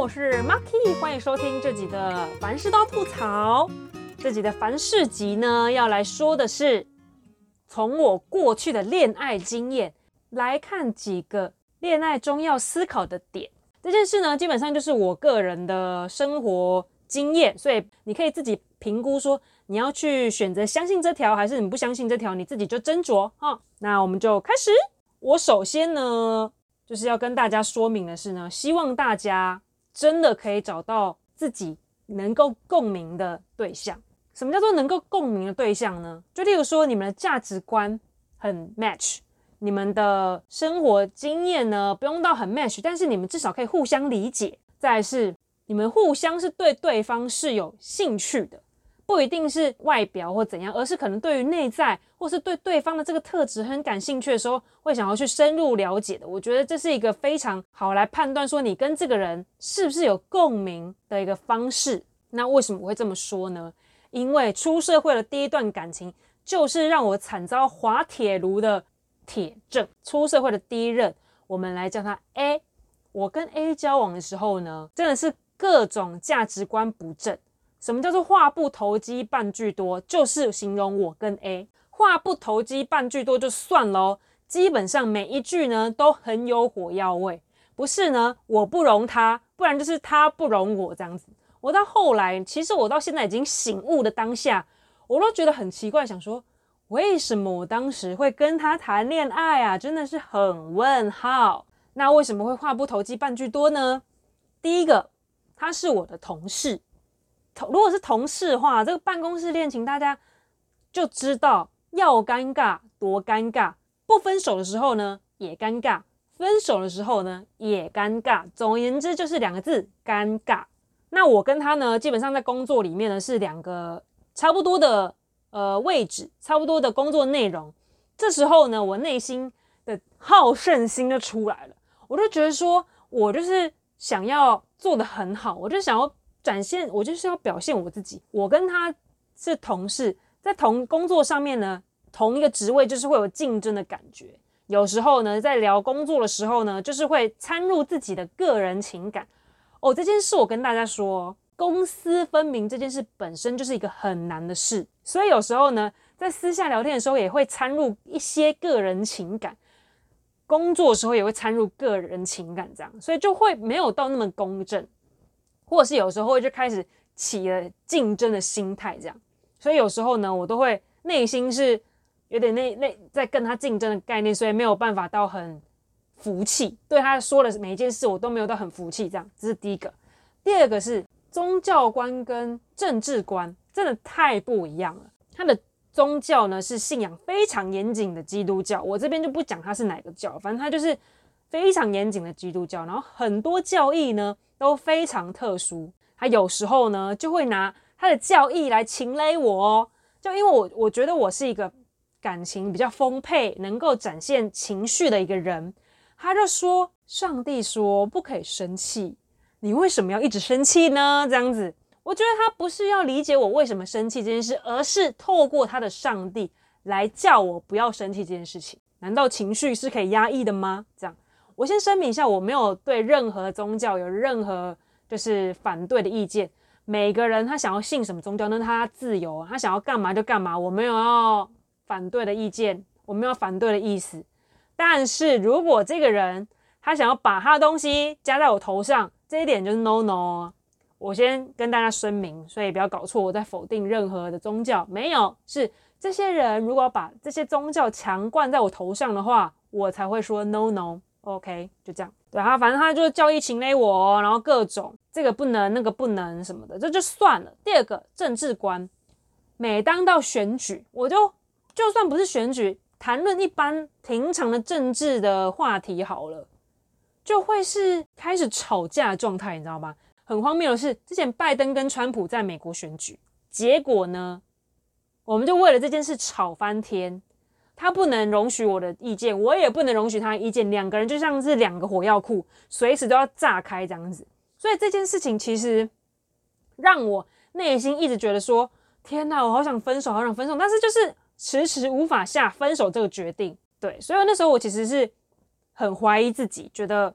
我是 Marky， 欢迎收听这集的凡事都吐槽。这集的凡事集呢，要来说的是从我过去的恋爱经验来看几个恋爱中要思考的点。这件事呢，基本上就是我个人的生活经验，所以你可以自己评估说你要去选择相信这条还是你不相信这条，你自己就斟酌哈。那我们就开始。我首先呢，就是要跟大家说明的是呢，希望大家真的可以找到自己能够共鸣的对象。什么叫做能够共鸣的对象呢？就例如说你们的价值观很 match， 你们的生活经验呢不用到很 match， 但是你们至少可以互相理解。再来是你们互相是对对方是有兴趣的，不一定是外表或怎样，而是可能对于内在或是对对方的这个特质很感兴趣的时候，会想要去深入了解的。我觉得这是一个非常好来判断说你跟这个人是不是有共鸣的一个方式。那为什么我会这么说呢？因为出社会的第一段感情就是让我惨遭滑铁卢的铁证。出社会的第一任，我们来叫他 A。 我跟 A 交往的时候呢，真的是各种价值观不正。什么叫做话不投机半句多？就是形容我跟 A。 话不投机半句多就算咯，基本上每一句呢都很有火药味，不是呢我不容他，不然就是他不容我这样子。我到后来，其实我到现在已经醒悟的当下，我都觉得很奇怪，想说为什么我当时会跟他谈恋爱啊？真的是很问号。那为什么会话不投机半句多呢？第一个，他是我的同事。如果是同事的话，这个办公室恋情大家就知道要尴尬多尴尬，不分手的时候呢也尴尬，分手的时候呢也尴尬，总而言之就是两个字，尴尬。那我跟他呢，基本上在工作里面呢是两个差不多的位置，差不多的工作内容。这时候呢，我内心的好胜心就出来了，我就觉得说我就是想要做得很好，我就想要展现，我就是要表现我自己。我跟他是同事，在同工作上面呢，同一个职位就是会有竞争的感觉。有时候呢，在聊工作的时候呢，就是会掺入自己的个人情感。这件事我跟大家说，公私分明这件事本身就是一个很难的事，所以有时候呢，在私下聊天的时候也会掺入一些个人情感，工作的时候也会掺入个人情感，这样，所以就会没有到那么公正，或者是有时候就开始起了竞争的心态，这样。所以有时候呢，我都会内心是有点在跟他竞争的概念，所以没有办法到很服气，对他说的每一件事我都没有到很服气，这样。这是第一个。第二个是宗教观跟政治观真的太不一样了。他的宗教呢是信仰非常严谨的基督教，我这边就不讲他是哪个教，反正他就是非常严谨的基督教，然后很多教义呢都非常特殊，他有时候呢就会拿他的教义来情勒我哦。就因为我觉得我是一个感情比较丰沛，能够展现情绪的一个人，他就说上帝说不可以生气，你为什么要一直生气呢？这样子，我觉得他不是要理解我为什么生气这件事，而是透过他的上帝来叫我不要生气这件事情。难道情绪是可以压抑的吗？这样，我先声明一下，我没有对任何宗教有任何就是反对的意见。每个人他想要信什么宗教，那他自由，他想要干嘛就干嘛，我没有要反对的意见，我没有反对的意思。但是如果这个人他想要把他的东西加在我头上，这一点就是 no。 我先跟大家声明，所以不要搞错我在否定任何的宗教，没有，是这些人如果把这些宗教强灌在我头上的话，我才会说 no。 OK， 就这样。对，反正他就是教义情勒我，然后各种这个不能那个不能什么的，这就算了。第二个，政治观。每当到选举，我就算不是选举，谈论一般平常的政治的话题好了，就会是开始吵架的状态，你知道吗？很荒谬的是，之前拜登跟川普在美国选举，结果呢，我们就为了这件事吵翻天。他不能容许我的意见，我也不能容许他的意见，两个人就像是两个火药库，随时都要炸开这样子。所以这件事情其实让我内心一直觉得说，天哪，我好想分手，好想分手，但是就是迟迟无法下分手这个决定。对，所以那时候我其实是很怀疑自己，觉得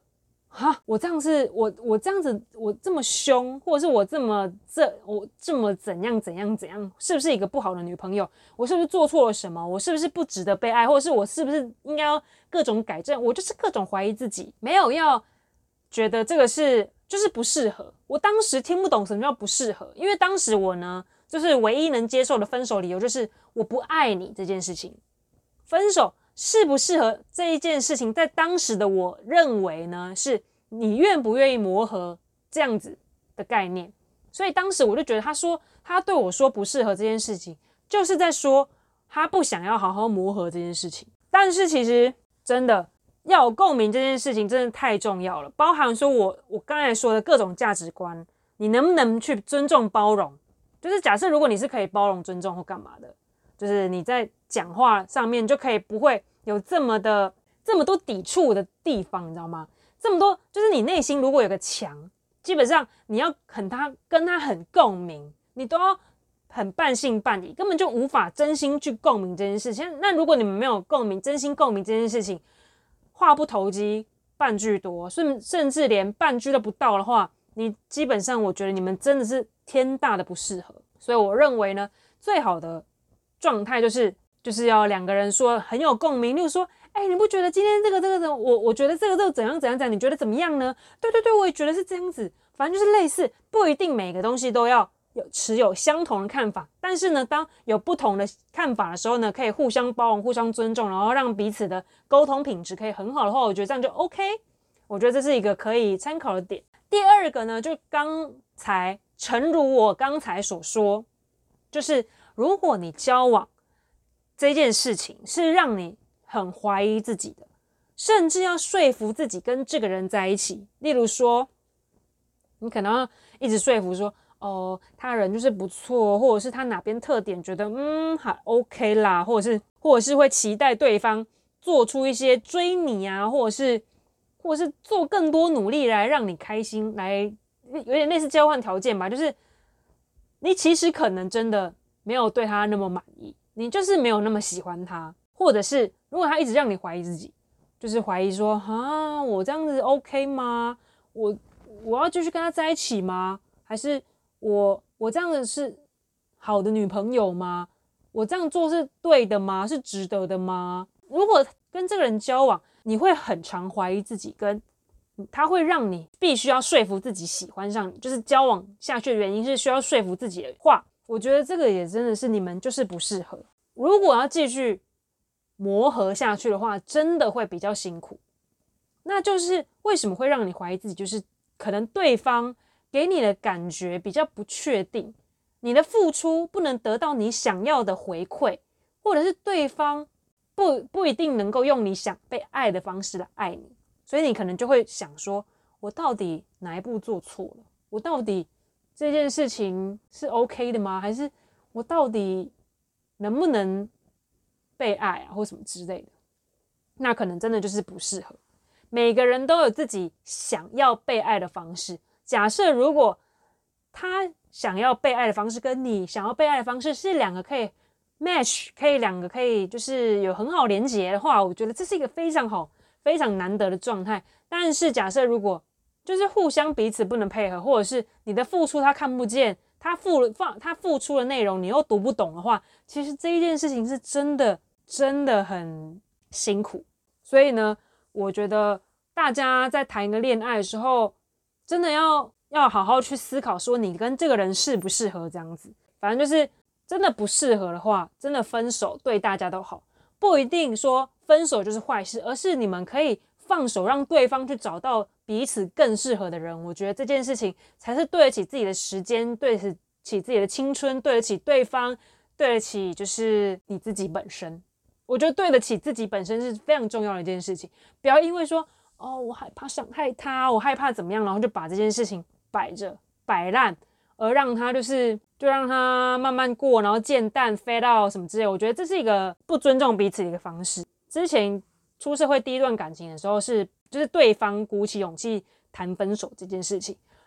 我这样子，我这样子，我这么凶，或者是我这么怎样，是不是一个不好的女朋友？我是不是做错了什么？我是不是不值得被爱？或者是我是不是应该要各种改正？我就是各种怀疑自己，没有要觉得这个就是不适合。我当时听不懂什么叫不适合，因为当时我呢，就是唯一能接受的分手理由就是我不爱你这件事情。分手适不适合这一件事情，在当时的我认为呢，是你愿不愿意磨合这样子的概念。所以当时我就觉得他对我说不适合这件事情，就是在说他不想要好好磨合这件事情。但是其实真的要有共鸣这件事情真的太重要了，包含说我刚才说的各种价值观，你能不能去尊重包容？就是假设如果你是可以包容尊重或干嘛的，就是你在讲话上面就可以不会有这么多抵触的地方，你知道吗？这么多就是你内心如果有个墙，基本上你要跟他很共鸣，你都要很半信半疑，根本就无法真心去共鸣这件事情。那如果你们没有共鸣，真心共鸣这件事情，话不投机半句多，甚至连半句都不到的话，你基本上我觉得你们真的是天大的不适合。所以我认为呢，最好的状态就是要两个人说很有共鸣，例如说，你不觉得今天这个我觉得这个怎样，你觉得怎么样呢？对，我也觉得是这样子，反正就是类似，不一定每个东西都要持有相同的看法，但是呢，当有不同的看法的时候呢，可以互相包容、互相尊重，然后让彼此的沟通品质可以很好的话，我觉得这样就 OK。我觉得这是一个可以参考的点。第二个呢，就诚如我刚才所说，就是如果你交往这件事情是让你很怀疑自己的，甚至要说服自己跟这个人在一起，例如说，你可能要一直说服说，他人就是不错，或者是他哪边特点觉得还 OK 啦，或者是会期待对方做出一些追你啊，或者是做更多努力来让你开心，来有点类似交换条件吧，就是你其实可能真的没有对他那么满意，你就是没有那么喜欢他，或者是如果他一直让你怀疑自己，就是怀疑说我这样子 OK 吗？我要继续跟他在一起吗？还是我这样子是好的女朋友吗？我这样做是对的吗？是值得的吗？如果跟这个人交往，你会很常怀疑自己，跟他会让你必须要说服自己喜欢上你，就是交往下去的原因是需要说服自己的话，我觉得这个也真的是你们就是不适合。如果要继续磨合下去的话，真的会比较辛苦。那就是为什么会让你怀疑自己，就是可能对方给你的感觉比较不确定，你的付出不能得到你想要的回馈，或者是对方不一定能够用你想被爱的方式来爱你，所以你可能就会想说，我到底哪一步做错了？我到底这件事情是 OK 的吗？还是我到底能不能被爱啊，或什么之类的？那可能真的就是不适合。每个人都有自己想要被爱的方式。假设如果他想要被爱的方式跟你想要被爱的方式是两个可以 match， 两个可以就是有很好连结的话，我觉得这是一个非常好、非常难得的状态。但是假设如果就是互相彼此不能配合，或者是你的付出他看不见，他付出的内容你又读不懂的话，其实这一件事情是真的很辛苦。所以呢，我觉得大家在谈一个恋爱的时候，真的要好好去思考说你跟这个人适不适合这样子。反正就是真的不适合的话，真的分手对大家都好，不一定说分手就是坏事，而是你们可以放手让对方去找到彼此更适合的人。我觉得这件事情才是对得起自己的时间，对得起自己的青春，对得起对方，对得起就是你自己本身。我觉得对得起自己本身是非常重要的一件事情，不要因为说我害怕伤害他，我害怕怎么样，然后就把这件事情摆烂，而让他就让他慢慢过，然后渐淡 fade out 什么之类的。我觉得这是一个不尊重彼此的一个方式。之前出社会第一段感情的时候就是对方鼓起勇气谈分手这件事情，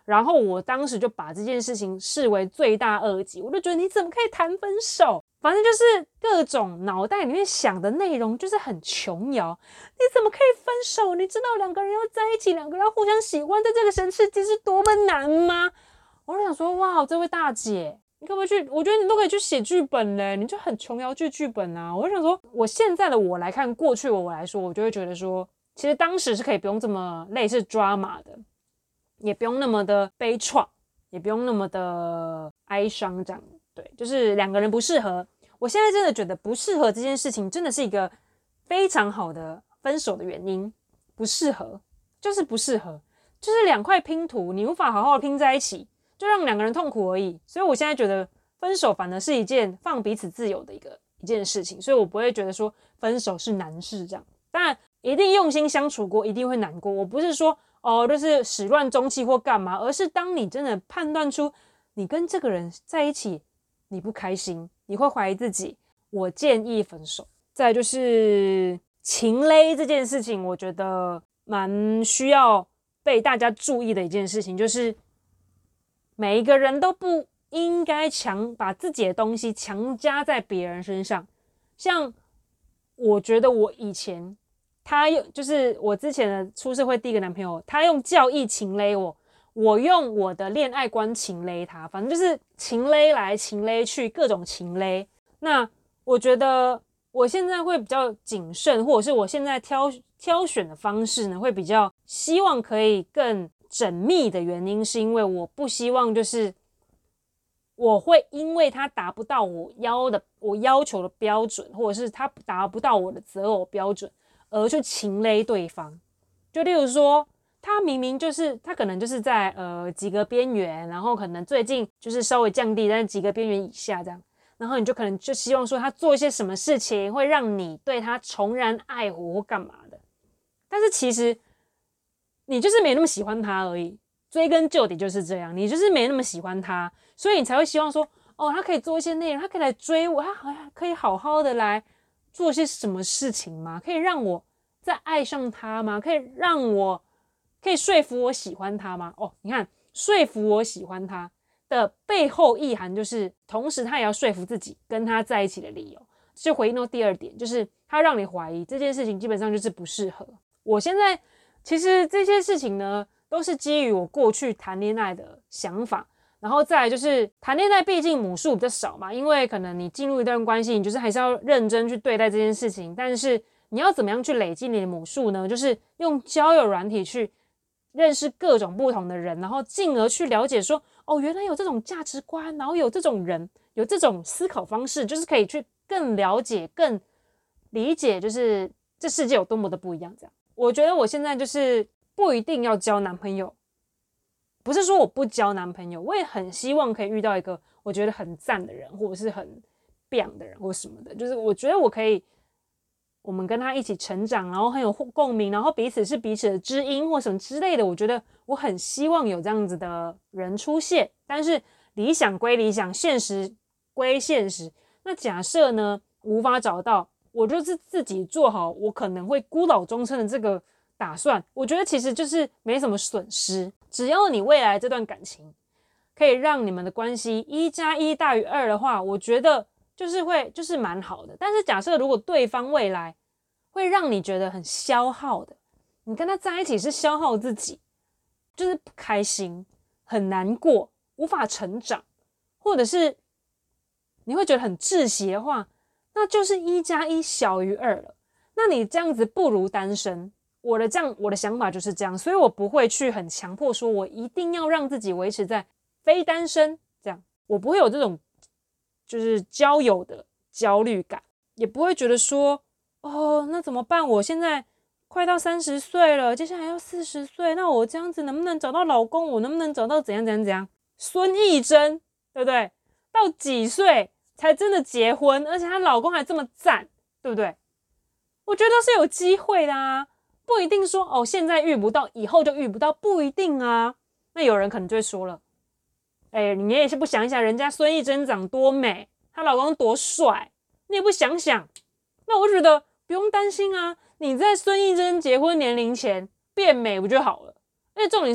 然后我当时就把这件事情视为罪大恶极，我就觉得你怎么可以谈分手？反正就是各种脑袋里面想的内容就是很琼瑶，你怎么可以分手？你知道两个人要在一起，两个人要互相喜欢，在这个神世间是多么难吗？我就想说，哇，这位大姐，你可不可以去？我觉得你都可以去写剧本嘞，你就很琼瑶剧本啊。我就想说，我现在的我来看过去我来说，我就会觉得说，其实当时是可以不用这么类似 drama 的，也不用那么的悲怆，也不用那么的哀伤这样。对，就是两个人不适合。我现在真的觉得不适合这件事情真的是一个非常好的分手的原因。不适合就是不适合，就是两块拼图你无法好好的拼在一起，就让两个人痛苦而已。所以我现在觉得分手反而是一件放彼此自由的一件事情，所以我不会觉得说分手是难事这样。当然一定用心相处过一定会难过，我不是说就是始乱终弃或干嘛，而是当你真的判断出你跟这个人在一起你不开心，你会怀疑自己，我建议分手。再来就是情勒这件事情，我觉得蛮需要被大家注意的一件事情，就是每一个人都不应该把自己的东西强加在别人身上。像我觉得我以前就是我之前的出社会第一个男朋友，他用教义情勒我用我的恋爱观情勒他，反正就是情勒来情勒去，各种情勒。那我觉得我现在会比较谨慎，或者是我现在挑选的方式呢，会比较希望可以更缜密的原因，是因为我不希望就是我会因为他达不到我要求的标准，或者是他达不到我的择偶标准而去情勒对方。就例如说他明明就是他可能就是在及格边缘，然后可能最近就是稍微降低在及格边缘以下这样，然后你就可能就希望说他做一些什么事情会让你对他重燃爱火或干嘛的，但是其实你就是没那么喜欢他而已，追根究底就是这样，你就是没那么喜欢他，所以你才会希望说他可以做一些内容，他可以来追我，他可以好好的来做些什么事情吗？可以让我再爱上他吗？可以说服我喜欢他吗？你看说服我喜欢他的背后意涵就是同时他也要说服自己跟他在一起的理由，就回应到第二点，就是他让你怀疑这件事情基本上就是不适合。我现在其实这些事情呢都是基于我过去谈恋爱的想法，然后再来就是谈恋爱毕竟母数比较少嘛，因为可能你进入一段关系你就是还是要认真去对待这件事情，但是你要怎么样去累积你的母数呢？就是用交友软体去认识各种不同的人，然后进而去了解说原来有这种价值观，然后有这种人，有这种思考方式，就是可以去更了解更理解就是这世界有多么的不一样这样。我觉得我现在就是不一定要交男朋友，不是说我不交男朋友，我也很希望可以遇到一个我觉得很赞的人，或者是很棒的人或什么的，就是我觉得我们跟他一起成长，然后很有共鸣，然后彼此是彼此的知音或什么之类的，我觉得我很希望有这样子的人出现。但是理想归理想，现实归现实，那假设呢无法找到，我就是自己做好我可能会孤老终生的这个打算，我觉得其实就是没什么损失。只要你未来这段感情可以让你们的关系1+1大于2的话，我觉得就是蛮好的。但是假设如果对方未来会让你觉得很消耗的，你跟他在一起是消耗自己，就是不开心很难过无法成长，或者是你会觉得很窒息的话，那就是1+1小于2了。那你这样子不如单身，我的想法就是这样，所以我不会去很强迫说我一定要让自己维持在非单身这样，我不会有这种就是交友的焦虑感，也不会觉得说那怎么办，我现在快到30岁了，接下来要40岁，那我这样子能不能找到老公，我能不能找到怎样。孙艺珍对不对，到几岁才真的结婚，而且她老公还这么赞，对不对？我觉得是有机会的啊，不一定说现在遇不到以后就遇不到，不一定啊。那有人可能就会说了，你也是不想一想人家孙艺珍长多美，她老公多帅，你也不想想。那我觉得不用担心啊，你在孙艺珍结婚年龄前变美不就好了？而且重点是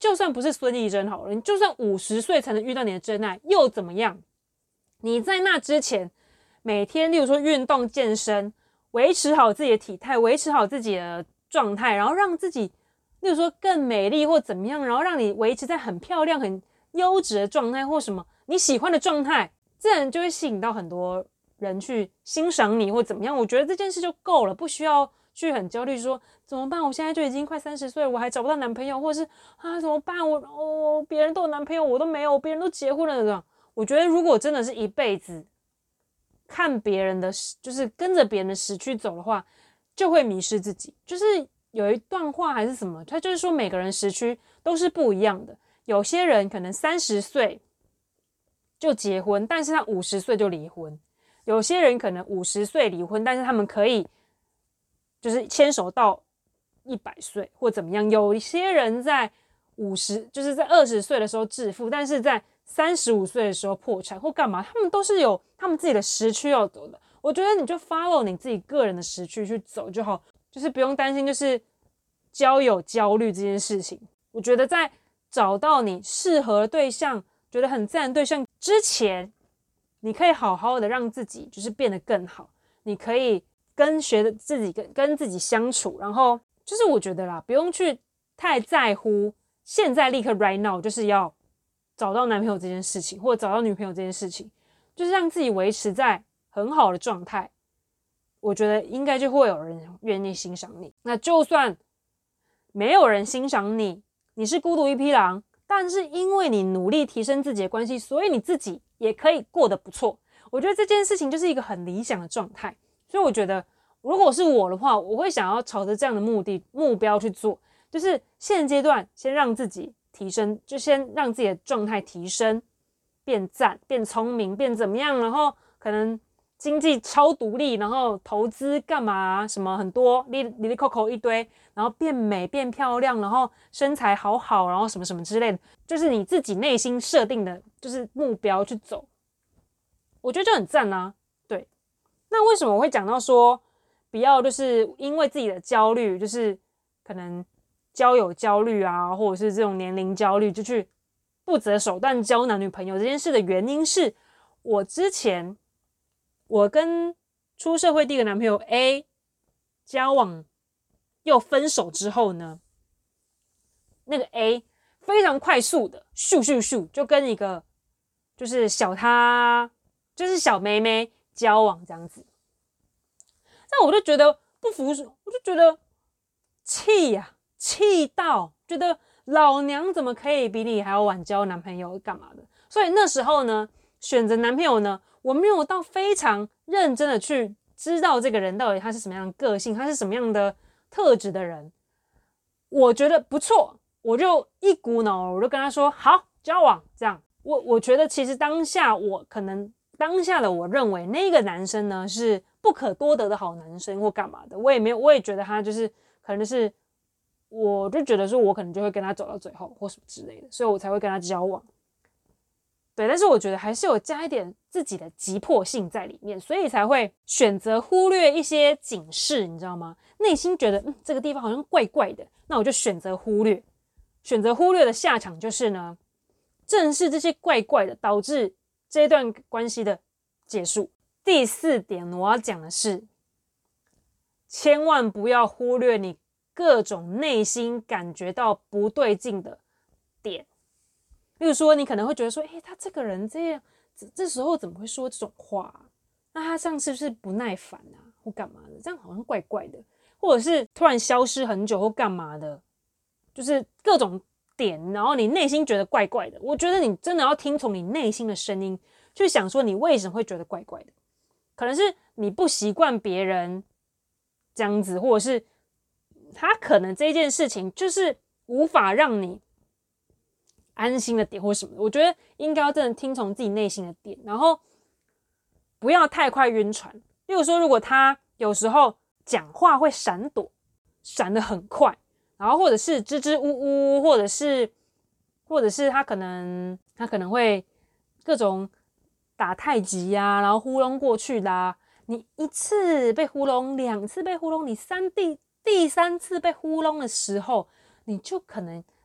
就算不是孙艺珍好了，你就算50岁才能遇到你的真爱，又怎么样？你在那之前，每天例如说运动健身，维持好自己的体态，维持好自己的状态，然后让自己例如说更美丽或怎么样，然后让你维持在很漂亮很优质的状态或什么你喜欢的状态，自然就会吸引到很多人去欣赏你或怎么样。我觉得这件事就够了，不需要去很焦虑说怎么办，我现在就已经快30岁了，我还找不到男朋友，或者是怎么办，别人都有男朋友我都没有，别人都结婚了这样。我觉得如果真的是一辈子看别人的，就是跟着别人的时区走的话，就会迷失自己。就是有一段话还是什么，他就是说每个人时区都是不一样的，有些人可能30岁就结婚，但是他50岁就离婚，有些人可能50岁离婚，但是他们可以就是牵手到100岁或怎么样，有一些人在就是在20岁的时候致富，但是在35岁的时候破产或干嘛，他们都是有他们自己的时区要走的。我觉得你就 follow 你自己个人的时区去走就好，就是不用担心就是交友焦虑这件事情。我觉得在找到你适合的对象，觉得很赞的对象之前，你可以好好的让自己就是变得更好，你可以跟自己相处，然后就是我觉得啦，不用去太在乎现在立刻 right now 就是要找到男朋友这件事情，或者找到女朋友这件事情，就是让自己维持在很好的状态，我觉得应该就会有人愿意欣赏你。那就算没有人欣赏你，你是孤独一匹狼，但是因为你努力提升自己的关系，所以你自己也可以过得不错。我觉得这件事情就是一个很理想的状态，所以我觉得如果是我的话，我会想要朝着这样的目标去做，就是现阶段先让自己提升，就先让自己的状态提升，变赞，变聪明，变怎么样，然后可能经济超独立，然后投资干嘛什么很多哩哩扣扣一堆，然后变美变漂亮，然后身材好，然后什么什么之类的，就是你自己内心设定的就是目标去走，我觉得就很赞啊。对，那为什么我会讲到说不要就是因为自己的焦虑，就是可能交友焦虑啊，或者是这种年龄焦虑就去不择手段交男女朋友这件事的原因是，我之前我跟出社会第一个男朋友 A 交往又分手之后呢，那个 A 非常快速的咻就跟一个就是小妹妹交往这样子，但我就觉得不服输，我就觉得气呀，气到觉得老娘怎么可以比你还要晚交男朋友干嘛的。所以那时候呢，选择男朋友呢，我没有到非常认真的去知道这个人到底他是什么样的个性，他是什么样的特质的人，我觉得不错，我就一股脑我就跟他说好交往这样。我觉得其实当下的我认为那个男生呢是不可多得的好男生或干嘛的，我也觉得他就是可能就是我就觉得说我可能就会跟他走到最后或什么之类的，所以我才会跟他交往。对，但是我觉得还是有加一点自己的急迫性在里面，所以才会选择忽略一些警示，你知道吗？内心觉得这个地方好像怪怪的，那我就选择忽略。选择忽略的下场就是呢，正是这些怪怪的导致这段关系的结束。第4点我要讲的是，千万不要忽略你各种内心感觉到不对劲的点。例如说你可能会觉得说他这个人这样这时候怎么会说这种话啊？那他这样是不是不耐烦啊或干嘛的，这样好像怪怪的，或者是突然消失很久或干嘛的，就是各种点，然后你内心觉得怪怪的。我觉得你真的要听从你内心的声音去想说你为什么会觉得怪怪的，可能是你不习惯别人这样子，或者是他可能这件事情就是无法让你安心的点或什么的。我觉得应该要真的听从自己内心的点，然后不要太快晕船。例如说如果他有时候讲话会闪躲，闪得很快，然后或者是支支吾吾，或者是他可能会各种打太极啊，然后糊弄过去啦，你1次被糊弄，2次被糊弄，你第3次被糊弄的时候，你就可能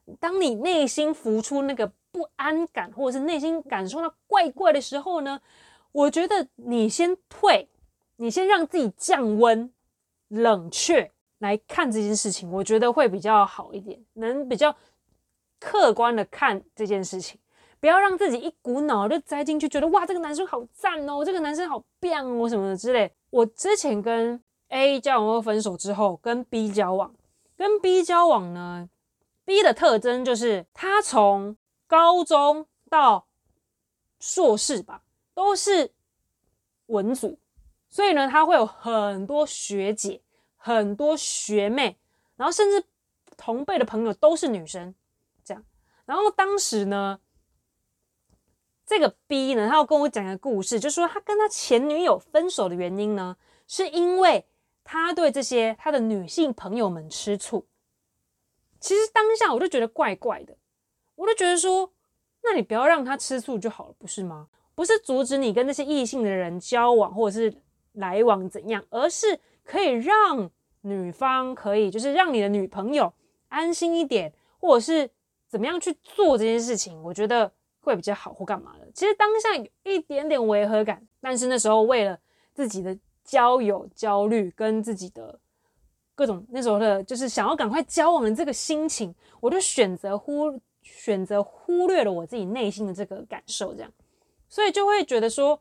当你内心浮出那个不安感，或者是内心感受到怪怪的时候呢，我觉得你先退，你先让自己降温、冷却来看这件事情，我觉得会比较好一点，能比较客观的看这件事情，不要让自己一股脑就栽进去，觉得哇这个男生好赞哦，这个男生好棒哦什么的之类。我之前跟 A 交往后分手之后，跟 B 交往，跟 B 交往呢 ，B 的特征就是他从高中到硕士吧，都是文组，所以呢，他会有很多学姐、很多学妹，然后甚至同辈的朋友都是女生，这样。然后当时呢，这个 B 呢，他要跟我讲一个故事，就是说他跟他前女友分手的原因呢，是因为他对这些他的女性朋友们吃醋。其实当下我就觉得怪怪的，我就觉得说，那你不要让他吃醋就好了，不是吗？不是阻止你跟那些异性的人交往或者是来往怎样，而是可以让女方可以就是让你的女朋友安心一点，或者是怎么样去做这件事情，我觉得会比较好或干嘛的。其实当下有一点点违和感，但是那时候为了自己的交友焦虑跟自己的各种那时候的就是想要赶快交往的这个心情，我就选择忽略了我自己内心的这个感受，这样，所以就会觉得说，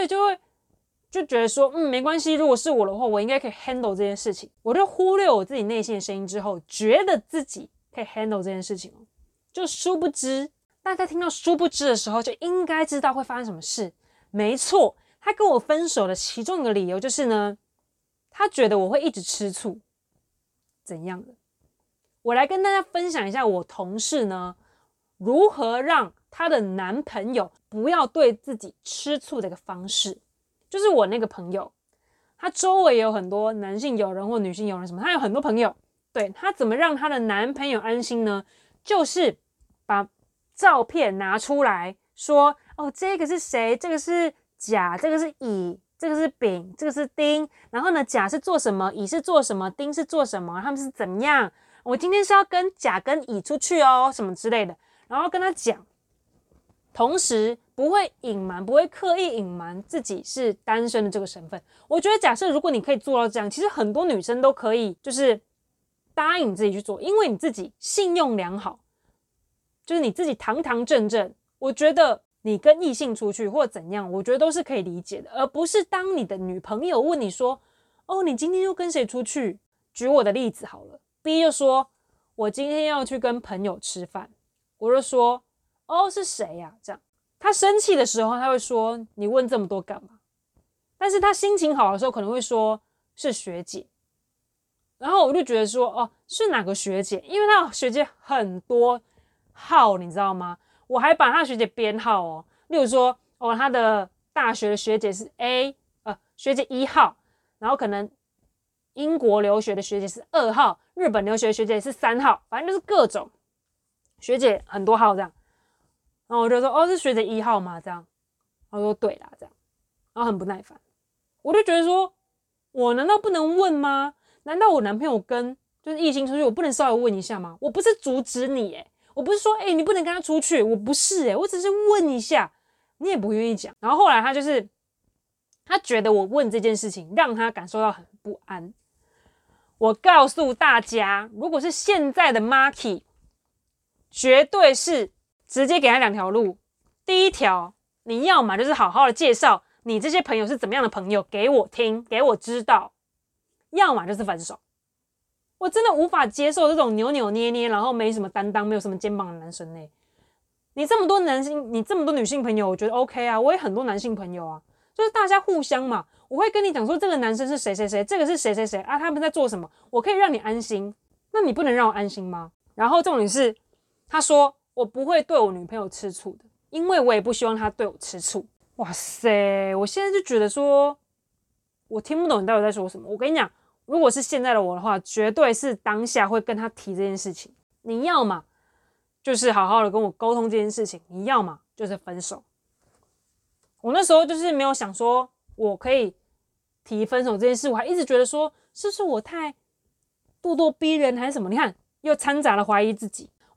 没关系，如果是我的话，我应该可以 handle 这件事情。我就忽略我自己内心的声音之后，觉得自己可以 handle 这件事情哦。就殊不知，大家听到殊不知的时候，就应该知道会发生什么事。没错，他跟我分手的其中一个理由就是呢，他觉得我会一直吃醋，怎样的？我来跟大家分享一下我同事呢，如何让她的男朋友不要对自己吃醋的一个方式。就是我那个朋友，她周围也有很多男性友人或女性友人什么，她有很多朋友。对，她怎么让她的男朋友安心呢？就是把照片拿出来说，哦，这个是谁？这个是甲，这个是乙，这个是丙，这个是丁。然后呢，甲是做什么，乙是做什么，丁是做什么，他们是怎么样？我今天是要跟甲跟乙出去哦，什么之类的，然后跟他讲，同时不会隐瞒，不会刻意隐瞒自己是单身的这个身份。我觉得假设如果你可以做到这样，其实很多女生都可以就是答应自己去做，因为你自己信用良好，就是你自己堂堂正正，我觉得你跟异性出去或怎样，我觉得都是可以理解的，而不是当你的女朋友问你说，哦，你今天又跟谁出去？举我的例子好了。B 就说我今天要去跟朋友吃饭，我就说哦是谁呀？这样他生气的时候他会说你问这么多干嘛？但是他心情好的时候可能会说是学姐，然后我就觉得说哦是哪个学姐？因为他的学姐很多号你知道吗？我还把他的学姐编号哦，例如说哦他的大学的学姐是 A 学姐1号，然后可能英国留学的学姐是2号，日本留学的学姐是3号，反正就是各种学姐很多号这样。然后我就说哦是学姐1号吗？这样，然后说对啦这样，然后很不耐烦。我就觉得说我难道不能问吗？难道我男朋友跟就是异性出去，我不能稍微问一下吗？我不是阻止你我不是说你不能跟他出去，我不是我只是问一下，你也不愿意讲。然后后来他就是他觉得我问这件事情让他感受到很不安。我告诉大家，如果是现在的 Marky， 绝对是直接给他2条路。第一条，你要嘛就是好好的介绍你这些朋友是怎么样的朋友给我听，给我知道；要嘛就是分手。我真的无法接受这种扭扭捏捏，然后没什么担当，没有什么肩膀的男生你这么多男性，你这么多女性朋友，我觉得 OK 啊，我也很多男性朋友啊，就是大家互相嘛。我会跟你讲说这个男生是谁谁谁，这个是谁谁谁啊，他们在做什么，我可以让你安心，那你不能让我安心吗？然后重点是他说我不会对我女朋友吃醋的，因为我也不希望他对我吃醋。哇塞，我现在就觉得说我听不懂你到底在说什么。我跟你讲，如果是现在的我的话，绝对是当下会跟他提这件事情。你要嘛就是好好的跟我沟通这件事情，你要嘛就是分手。我那时候就是没有想说我可以提分手这件事，我还一直觉得说是不是我太咄咄逼人还是什么？你看又掺杂了怀疑自己。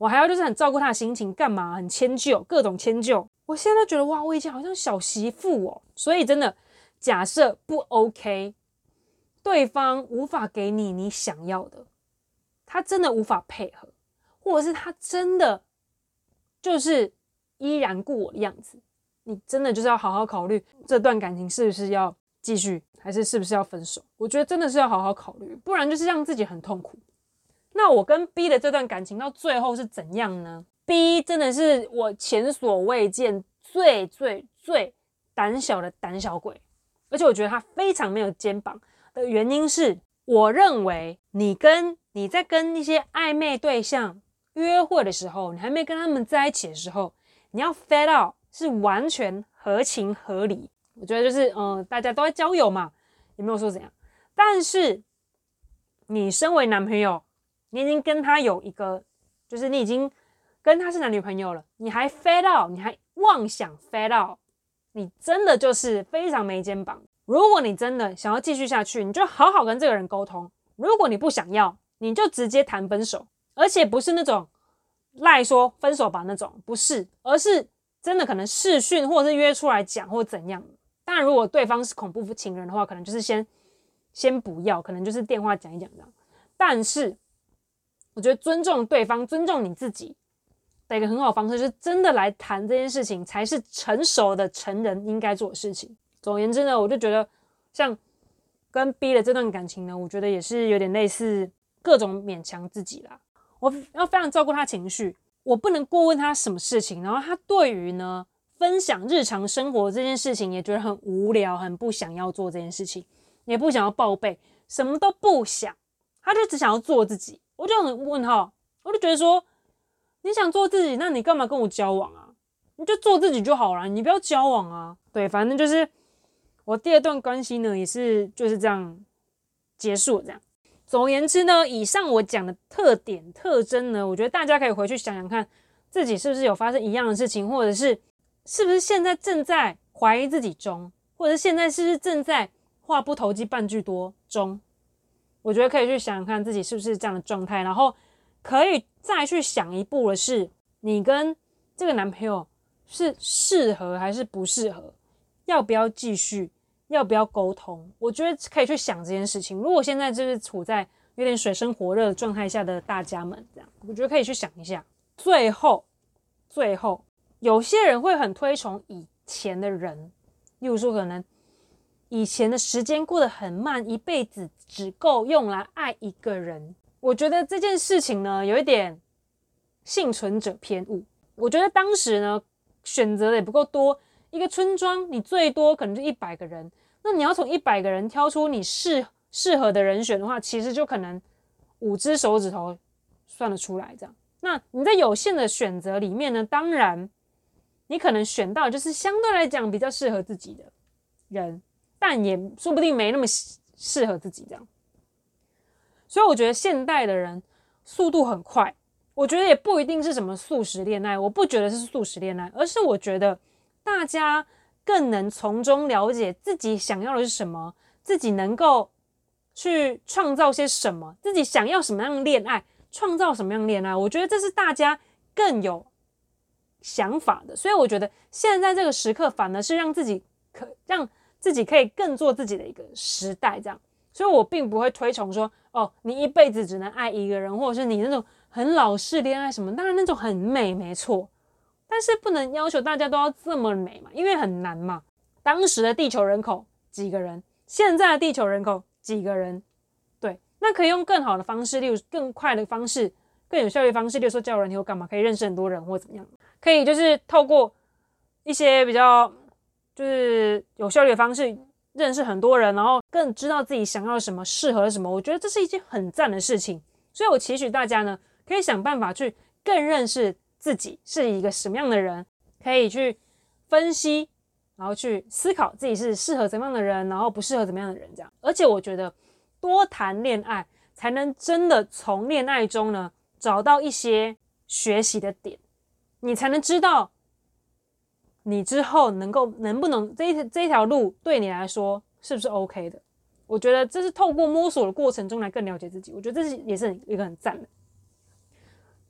我还要就是很照顾他的心情，干嘛很迁就，各种迁就。我现在都觉得哇，我以前好像小媳妇哦。所以真的，假设不 OK， 对方无法给你想要的，他真的无法配合，或者是他真的就是依然顾我的样子，你真的就是要好好考虑这段感情是不是要继续，还是不是要分手。我觉得真的是要好好考虑，不然就是让自己很痛苦。那我跟 B 的这段感情到最后是怎样呢？ B 真的是我前所未见最胆小的胆小鬼，而且我觉得他非常没有肩膀的原因是，我认为你在跟一些暧昧对象约会的时候，你还没跟他们在一起的时候，你要 fade out 是完全合情合理。我觉得就是大家都在交友嘛，也没有说怎样。但是你身为男朋友，你已经跟他有一个，就是你已经跟他是男女朋友了，你还 fade out， 你还妄想 fade out， 你真的就是非常没肩膀。如果你真的想要继续下去，你就好好跟这个人沟通。如果你不想要，你就直接谈分手，而且不是那种赖说分手吧那种，不是，而是真的可能视讯或者是约出来讲或怎样。当然如果对方是恐怖情人的话，可能就是先不要，可能就是电话讲一讲这样。但是我觉得尊重对方，尊重你自己的一个很好的方式，就是真的来谈这件事情，才是成熟的成人应该做的事情。总而言之呢，我就觉得像跟 B 的这段感情呢，我觉得也是有点类似各种勉强自己啦。我要非常照顾他情绪，我不能过问他什么事情，然后他对于呢分享日常生活这件事情也觉得很无聊，很不想要做这件事情，也不想要报备，什么都不想，他就只想要做自己。我就很问号，我就觉得说，你想做自己，那你干嘛跟我交往啊？你就做自己就好了，你不要交往啊。对，反正就是我第二段关系呢，也是就是这样结束了这样。总而言之呢，以上我讲的特点特征呢，我觉得大家可以回去想想看，自己是不是有发生一样的事情，或者是不是现在正在怀疑自己中，或者是现在是不是正在话不投机半句多中。我觉得可以去想想看自己是不是这样的状态，然后可以再去想一步的是，你跟这个男朋友是适合还是不适合，要不要继续，要不要沟通。我觉得可以去想这件事情。如果现在就是处在有点水深火热的状态下的大家们，这样我觉得可以去想一下。最后有些人会很推崇以前的人，例如说可能以前的时间过得很慢，一辈子只够用来爱一个人。我觉得这件事情呢，有一点幸存者偏误。我觉得当时呢，选择的也不够多，一个村庄你最多可能就100个人，那你要从100个人挑出你适合的人选的话，其实就可能5只手指头算得出来这样。那你在有限的选择里面呢，当然你可能选到就是相对来讲比较适合自己的人，但也说不定没那么适合自己这样。所以我觉得现代的人速度很快，我觉得也不一定是什么速食恋爱，我不觉得是速食恋爱，而是我觉得大家更能从中了解自己想要的是什么，自己能够去创造些什么，自己想要什么样的恋爱，创造什么样的恋爱，我觉得这是大家更有想法的。所以我觉得现在这个时刻反而是让自己可以更做自己的一个时代这样。所以我并不会推崇说你一辈子只能爱一个人，或者是你那种很老式恋爱什么，当然那种很美没错，但是不能要求大家都要这么美嘛，因为很难嘛。当时的地球人口几个人，现在的地球人口几个人，对，那可以用更好的方式，例如更快的方式，更有效率的方式，例如说交友软体或干嘛，可以认识很多人或怎么样，可以就是透过一些比较就是有效率的方式认识很多人，然后更知道自己想要什么，适合什么。我觉得这是一件很赞的事情，所以我期许大家呢，可以想办法去更认识自己是一个什么样的人，可以去分析，然后去思考自己是适合怎么样的人，然后不适合怎么样的人这样。而且我觉得多谈恋爱才能真的从恋爱中呢找到一些学习的点，你才能知道你之后能不能这一条路对你来说是不是 OK 的。我觉得这是透过摸索的过程中来更了解自己，我觉得这也是一个很赞的。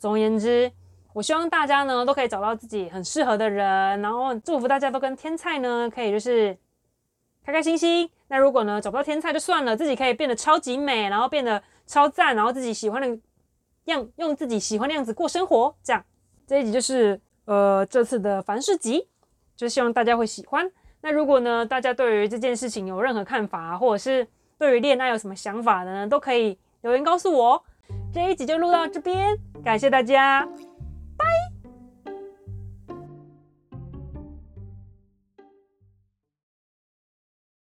总而言之，我希望大家呢都可以找到自己很适合的人，然后祝福大家都跟天菜呢可以就是开开心心。那如果呢找不到天菜就算了，自己可以变得超级美，然后变得超赞，然后自己喜欢的用自己喜欢的样子过生活。这样，这一集就是这次的凡事集，就希望大家会喜欢。那如果呢大家对于这件事情有任何看法，或者是对于恋爱有什么想法的呢，都可以留言告诉我。这一集就录到这边，感谢大家。